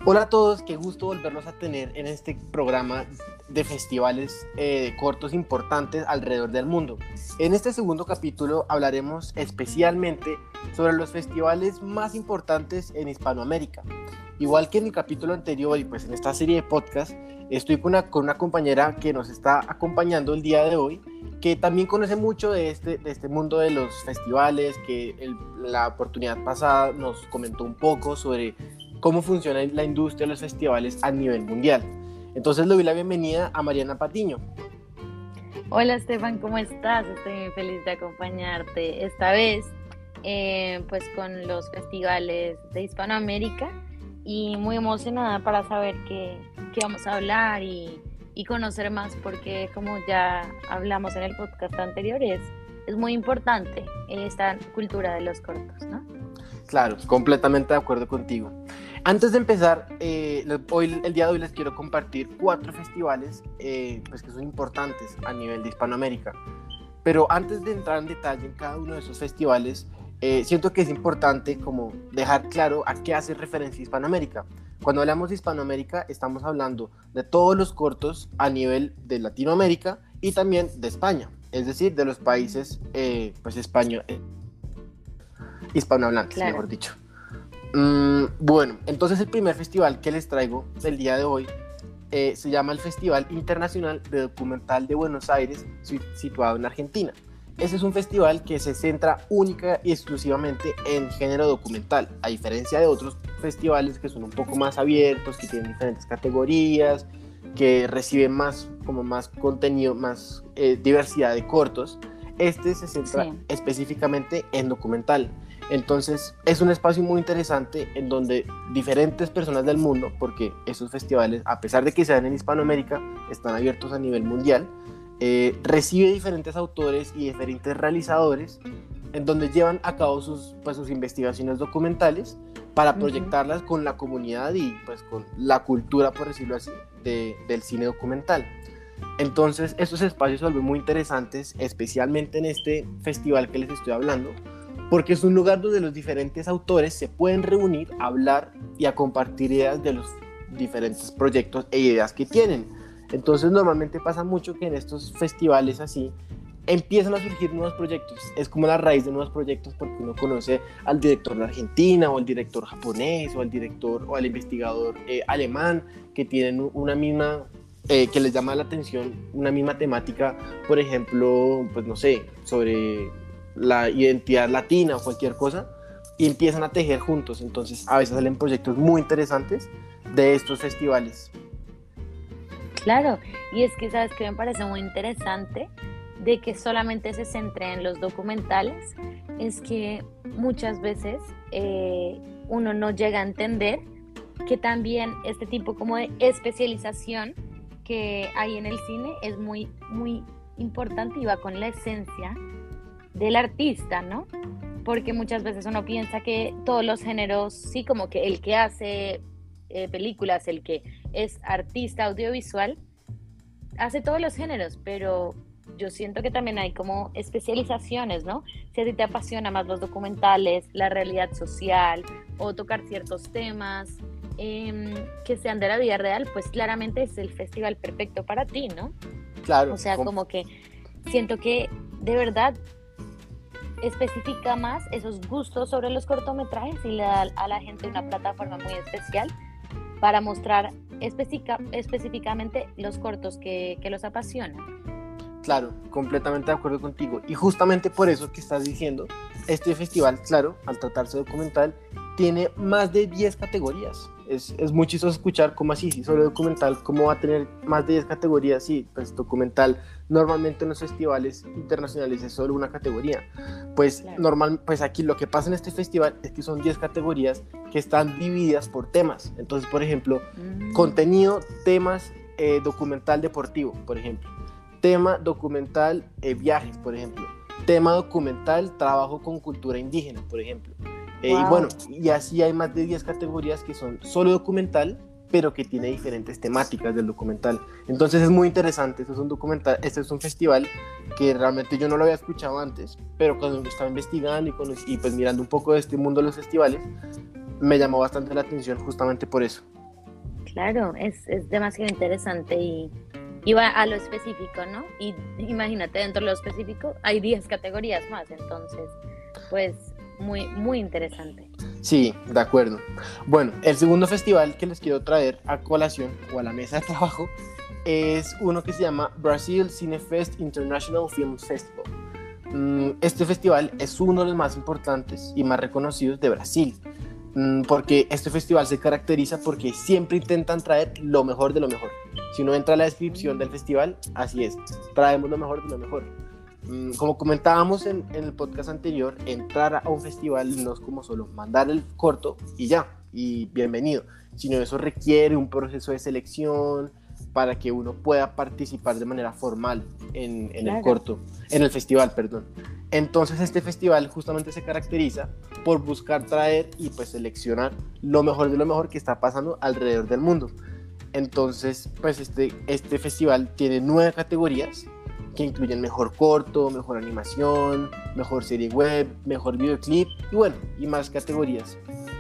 Hola a todos, qué gusto volverlos a tener en este programa de festivales cortos importantes alrededor del mundo. En este segundo capítulo hablaremos especialmente sobre los festivales más importantes en Hispanoamérica. Igual que en el capítulo anterior y pues en esta serie de podcast, estoy con una compañera que nos está acompañando el día de hoy, que también conoce mucho de este mundo de los festivales, la oportunidad pasada nos comentó un poco sobre cómo funciona la industria de los festivales a nivel mundial. Entonces le doy la bienvenida a Mariana Patiño. Hola Estefan, ¿cómo estás? Estoy muy feliz de acompañarte esta vez, pues con los festivales de Hispanoamérica y muy emocionada para saber qué vamos a hablar y conocer más porque como ya hablamos en el podcast anterior, es muy importante esta cultura de los cortos, ¿no? Claro, completamente de acuerdo contigo. Antes de empezar, el día de hoy les quiero compartir 4 festivales pues que son importantes a nivel de Hispanoamérica. Pero antes de entrar en detalle en cada uno de esos festivales, siento que es importante como dejar claro a qué hace referencia Hispanoamérica. Cuando hablamos de Hispanoamérica, estamos hablando de todos los cortos a nivel de Latinoamérica y también de España, es decir, de los países pues hispanohablantes, Claro. mejor dicho. Bueno, entonces el primer festival que les traigo del día de hoy se llama el Festival Internacional de Documental de Buenos Aires, situado en Argentina. Ese es un festival que se centra única y exclusivamente en género documental, a diferencia de otros festivales que son un poco más abiertos, que tienen diferentes categorías, que reciben más contenido, más diversidad de cortos. Este se centra específicamente en documental. Entonces es un espacio muy interesante en donde diferentes personas del mundo, porque esos festivales, a pesar de que sean en Hispanoamérica, están abiertos a nivel mundial, recibe diferentes autores y diferentes realizadores en donde llevan a cabo sus investigaciones documentales para proyectarlas con la comunidad y pues con la cultura, por decirlo así, del cine documental. Entonces estos espacios se vuelven muy interesantes, especialmente en este festival que les estoy hablando, porque es un lugar donde los diferentes autores se pueden reunir, hablar y a compartir ideas de los diferentes proyectos e ideas que tienen. Entonces normalmente pasa mucho que en estos festivales así empiezan a surgir nuevos proyectos, es como la raíz de nuevos proyectos porque uno conoce al director de Argentina o al director japonés o al director o al investigador alemán que tienen una misma que les llama la atención una misma temática, por ejemplo, pues no sé, sobre la identidad latina o cualquier cosa, y empiezan a tejer juntos. Entonces a veces salen proyectos muy interesantes de estos festivales. Claro, y es que sabes que me parece muy interesante de que solamente se centre en los documentales, es que muchas veces uno no llega a entender que también este tipo como de especialización que hay en el cine es muy, muy importante y va con la esencia del artista, ¿no? Porque muchas veces uno piensa que todos los géneros, sí, como que el que hace películas, el que es artista audiovisual, hace todos los géneros, pero yo siento que también hay como especializaciones, ¿no? Si a ti te apasiona más los documentales, la realidad social o tocar ciertos temas que sean de la vida real, pues claramente es el festival perfecto para ti, ¿no? Claro. O sea, como que siento que de verdad especifica más esos gustos sobre los cortometrajes y le da a la gente una plataforma muy especial para mostrar específicamente los cortos que los apasionan. Claro, completamente de acuerdo contigo. Y justamente por eso que estás diciendo, este festival, claro, al tratarse de documental, tiene más de 10 categorías. Es muy chistoso escuchar cómo así, si solo documental, cómo va a tener más de 10 categorías. Sí, pues documental normalmente en los festivales internacionales es solo una categoría. Pues, claro. Pues aquí lo que pasa en este festival es que son 10 categorías que están divididas por temas. Entonces, por ejemplo, contenido, temas, documental deportivo, por ejemplo. Tema documental viajes, por ejemplo. Tema documental trabajo con cultura indígena, por ejemplo. Wow. Y bueno, y así hay más de 10 categorías que son solo documental, pero que tiene diferentes temáticas del documental. Entonces es muy interesante. Este es un festival que realmente yo no lo había escuchado antes, pero cuando estaba investigando y pues mirando un poco de este mundo de los festivales, me llamó bastante la atención justamente por eso. Claro, es demasiado interesante y va a lo específico, ¿no? Y imagínate, dentro de lo específico hay 10 categorías más, entonces, pues muy, muy interesante. Sí, de acuerdo. Bueno, el segundo festival que les quiero traer a colación o a la mesa de trabajo es uno que se llama Brazil Cinefest International Film Festival. Este festival es uno de los más importantes y más reconocidos de Brasil, porque este festival se caracteriza porque siempre intentan traer lo mejor de lo mejor. Si uno entra a la descripción del festival, así es, traemos lo mejor de lo mejor. Como comentábamos en el podcast anterior, entrar a un festival no es como solo mandar el corto y ya, y bienvenido, sino eso requiere un proceso de selección para que uno pueda participar de manera formal en Claro. el corto, en el festival, perdón. Entonces este festival justamente se caracteriza por buscar traer y pues seleccionar lo mejor de lo mejor que está pasando alrededor del mundo. Entonces pues este festival tiene 9 categorías que incluyen mejor corto, mejor animación, mejor serie web, mejor videoclip y bueno, y más categorías.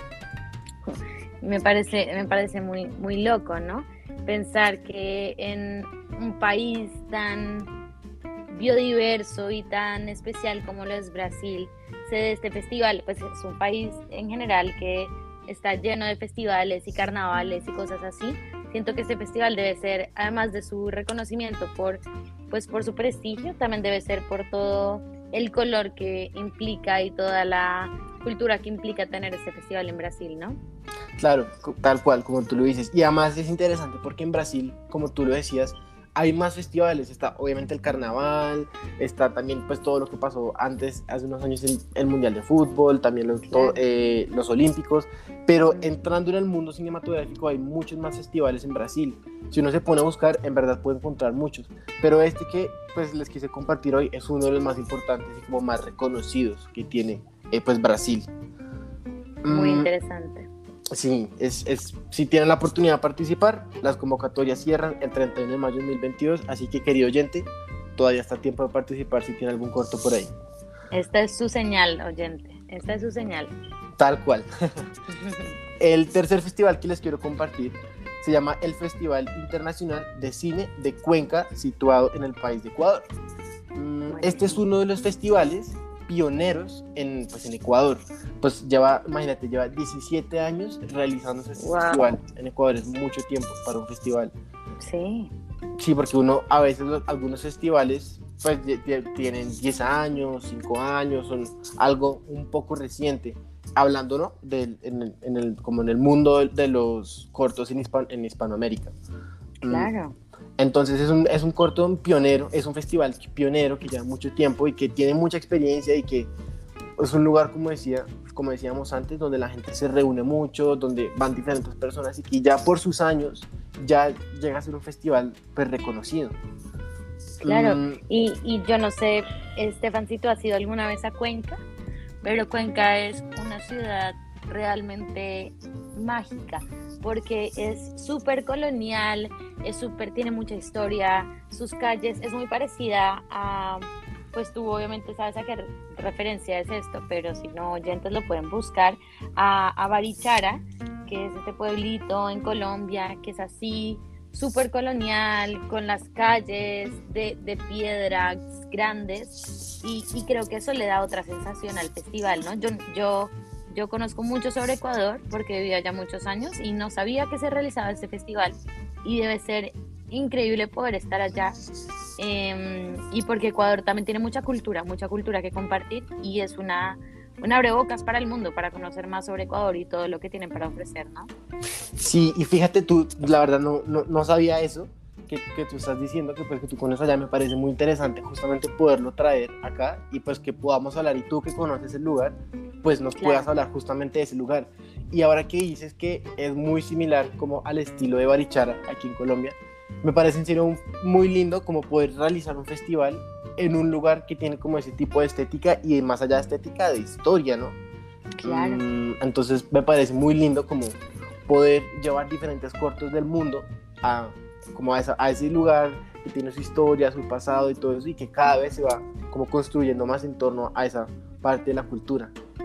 Me parece muy, muy loco, ¿no? Pensar que en un país tan biodiverso y tan especial como lo es Brasil, se dé este festival, pues es un país en general que está lleno de festivales y carnavales y cosas así. Siento que este festival debe ser, además de su reconocimiento pues por su prestigio, también debe ser por todo el color que implica y toda la cultura que implica tener este festival en Brasil, ¿no? Claro, tal cual, como tú lo dices. Y además es interesante porque en Brasil, como tú lo decías, hay más festivales. Está obviamente el carnaval, está también pues todo lo que pasó antes, hace unos años, el Mundial de Fútbol, también los Olímpicos. Pero entrando en el mundo cinematográfico hay muchos más festivales en Brasil. Si uno se pone a buscar, en verdad puede encontrar muchos. Pero este que pues les quise compartir hoy es uno de los más importantes y como más reconocidos que tiene pues Brasil. Muy interesante. Sí, si tienen la oportunidad de participar, las convocatorias cierran el 31 de mayo de 2022, así que querido oyente, todavía está a tiempo de participar si tiene algún corto por ahí. Esta es su señal, oyente, esta es su señal. Tal cual. El tercer festival que les quiero compartir se llama el Festival Internacional de Cine de Cuenca, situado en el país de Ecuador. Este es uno de los festivales pioneros en Ecuador. Pues imagínate, lleva 17 años realizándose este festival. En Ecuador es mucho tiempo para un festival. Sí. Sí, porque a veces algunos festivales pues tienen 10 años, 5 años, son algo un poco reciente. Hablando, ¿no? Como en el mundo de los cortos en Hispanoamérica. Claro. Entonces es un corto pionero, es un festival pionero que lleva mucho tiempo y que tiene mucha experiencia y que es un lugar, como decíamos antes, donde la gente se reúne mucho, donde van diferentes personas y que ya por sus años ya llega a ser un festival pues reconocido. Claro, y yo no sé, Estefancito, ¿has ido alguna vez a Cuenca? Pero Cuenca es una ciudad realmente mágica porque es súper colonial, tiene mucha historia, sus calles es muy parecida a, pues tú obviamente sabes a qué referencia es esto, pero si no oyentes lo pueden buscar, a Barichara, que es este pueblito en Colombia que es así, súper colonial, con las calles de piedras grandes y creo que eso le da otra sensación al festival, ¿no? Yo conozco mucho sobre Ecuador porque viví allá muchos años y no sabía que se realizaba este festival y debe ser increíble poder estar allá y porque Ecuador también tiene mucha cultura que compartir y es un abrebocas para el mundo, para conocer más sobre Ecuador y todo lo que tienen para ofrecer, ¿no? Sí, y fíjate tú, la verdad no sabía eso que tú estás diciendo, que pues que tú conoces allá, me parece muy interesante justamente poderlo traer acá y pues que podamos hablar y tú que conoces el lugar, pues nos puedas hablar justamente de ese lugar. Y ahora que dices que es muy similar como al estilo de Barichara aquí en Colombia, me parece en serio muy lindo como poder realizar un festival en un lugar que tiene como ese tipo de estética y más allá de estética, de historia, ¿no? Claro. Entonces me parece muy lindo como poder llevar diferentes cortos del mundo a ese lugar que tiene su historia, su pasado y todo eso y que cada vez se va como construyendo más en torno a esa parte de la cultura.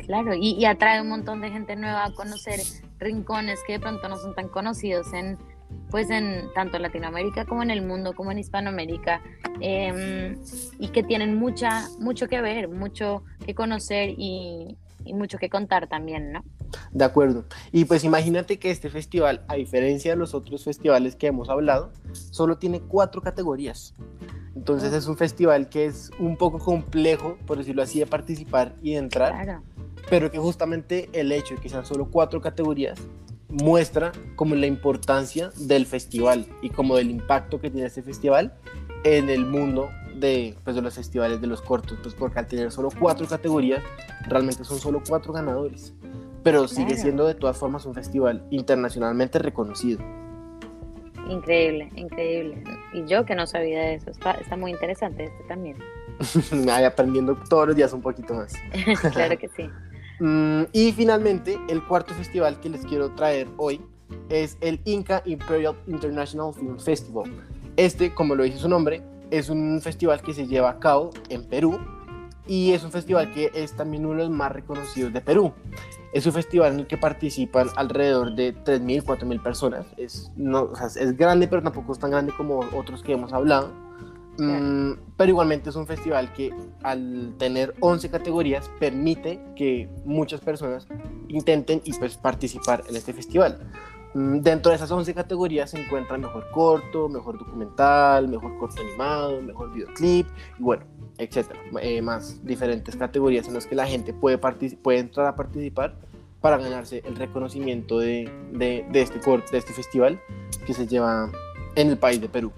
Claro, y atrae un montón de gente nueva a conocer rincones que de pronto no son tan conocidos en, pues en tanto Latinoamérica como en el mundo, como en Hispanoamérica, y que tienen mucho que ver, mucho que conocer y mucho que contar también, ¿no? De acuerdo. Y pues imagínate que este festival, a diferencia de los otros festivales que hemos hablado, solo tiene 4 categorías. Entonces es un festival que es un poco complejo, por decirlo así, de participar y de entrar, Claro, pero que justamente el hecho de que sean solo 4 categorías muestra como la importancia del festival y como del impacto que tiene este festival en el mundo de, pues, de los festivales de los cortos, pues porque al tener solo 4 categorías, realmente son solo 4 ganadores, pero sigue claro. siendo de todas formas un festival internacionalmente reconocido. Increíble, increíble. Y yo que no sabía de eso, está muy interesante este también. Ahí aprendiendo todos los días un poquito más. Claro que sí. Y finalmente, el cuarto festival que les quiero traer hoy es el Inca Imperial International Film Festival. Este, como lo dice su nombre, es un festival que se lleva a cabo en Perú y es un festival que es también uno de los más reconocidos de Perú. Es un festival en el que participan alrededor de 3.000, 4.000 personas. No, o sea, es grande, pero tampoco es tan grande como otros que hemos hablado. Claro. Pero igualmente es un festival que al tener 11 categorías permite que muchas personas intenten y pues participar en este festival. Dentro de esas 11 categorías se encuentran mejor corto, mejor documental, mejor corto animado, mejor videoclip y bueno, etcétera. Más diferentes categorías en las que la gente puede entrar a participar para ganarse el reconocimiento de este festival que se lleva en el país de Perú.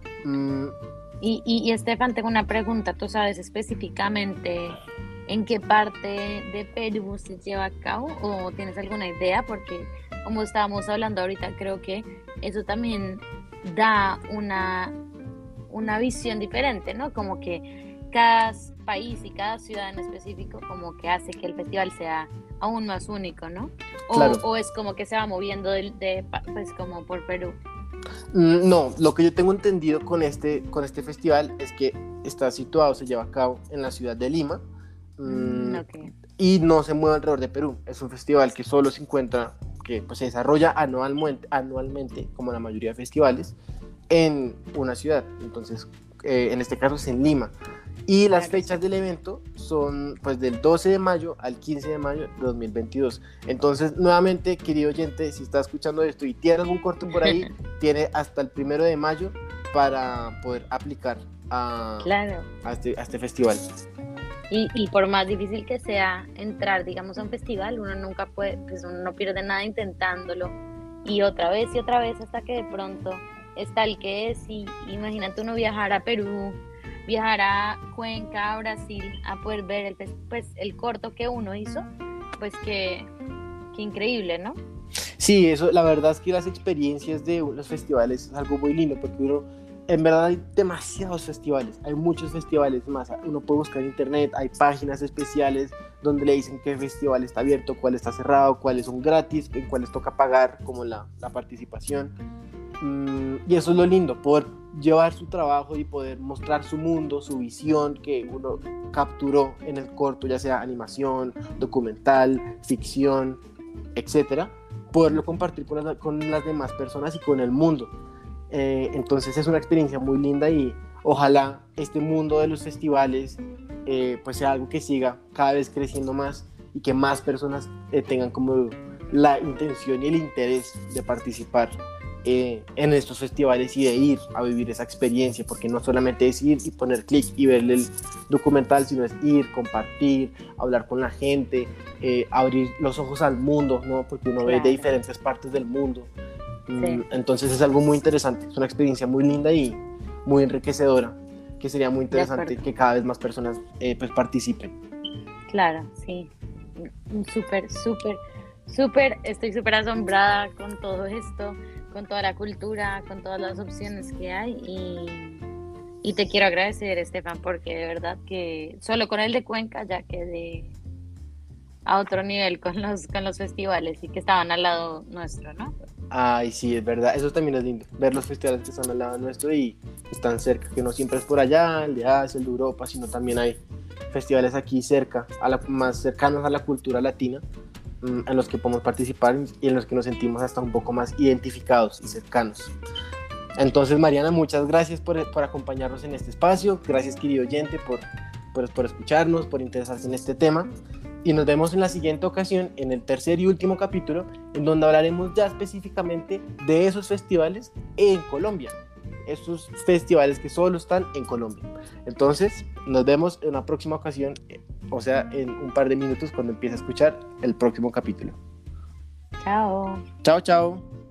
Y Estefan, tengo una pregunta. ¿Tú sabes específicamente en qué parte de Perú se lleva a cabo o tienes alguna idea? Porque como estábamos hablando ahorita, creo que eso también da una visión diferente, ¿no? Como que cada país y cada ciudad en específico como que hace que el festival sea aún más único, ¿no? Claro. O es como que se va moviendo pues como por Perú. No, lo que yo tengo entendido con este festival es que está situado, se lleva a cabo en la ciudad de Lima, Okay. y no se mueve alrededor de Perú. Es un festival que solo se encuentra, que pues, se desarrolla anualmente, como la mayoría de festivales, en una ciudad. Entonces, en este caso es en Lima. Y las fechas del evento son pues del 12 de mayo al 15 de mayo de 2022. Entonces, nuevamente, querido oyente, si está escuchando esto y tiene algún corto por ahí, tiene hasta el 1 de mayo para poder aplicar a este festival. Y por más difícil que sea entrar, digamos, a un festival, uno nunca puede, pues uno no pierde nada intentándolo. Y otra vez hasta que de pronto está el que es. Y imagínate uno viajar a Perú, viajar a Cuenca, a Brasil, a poder ver el corto que uno hizo, pues que increíble, ¿no? Sí, eso, la verdad es que las experiencias de los festivales es algo muy lindo, porque en verdad hay demasiados festivales, hay muchos festivales más, uno puede buscar en internet, hay páginas especiales donde le dicen qué festival está abierto, cuál está cerrado, cuáles son gratis, en cuáles toca pagar, como la participación. Y eso es lo lindo, poder llevar su trabajo y poder mostrar su mundo, su visión que uno capturó en el corto, ya sea animación, documental, ficción, etcétera, poderlo compartir con las demás personas y con el mundo. Entonces es una experiencia muy linda y ojalá este mundo de los festivales pues sea algo que siga cada vez creciendo más y que más personas tengan como la intención y el interés de participar en estos festivales y de ir a vivir esa experiencia, porque no solamente es ir y poner clic y ver el documental, sino es ir, compartir, hablar con la gente, abrir los ojos al mundo, ¿no? Porque uno ve de diferentes partes del mundo. Sí. Entonces es algo muy interesante, es una experiencia muy linda y muy enriquecedora, que sería muy interesante que cada vez más personas pues participen. Claro, sí, estoy súper asombrada con todo esto, con toda la cultura, con todas las opciones que hay y te quiero agradecer, Estefan, porque de verdad que solo con el de Cuenca ya quedé a otro nivel con los festivales y que estaban al lado nuestro, ¿no? Ay, sí, es verdad, eso también es lindo, ver los festivales que están al lado nuestro y están cerca, que no siempre es por allá, el de Asia, el de Europa, sino también hay festivales aquí cerca, más cercanos a la cultura latina, en los que podemos participar y en los que nos sentimos hasta un poco más identificados y cercanos. Entonces, Mariana, muchas gracias por acompañarnos en este espacio. Gracias, querido oyente, por escucharnos, por interesarse en este tema. Y nos vemos en la siguiente ocasión, en el tercer y último capítulo, en donde hablaremos ya específicamente de esos festivales en Colombia. Esos festivales que solo están en Colombia. Entonces, nos vemos en una próxima ocasión, o sea, en un par de minutos cuando empiece a escuchar el próximo capítulo. Chao. Chao, chao.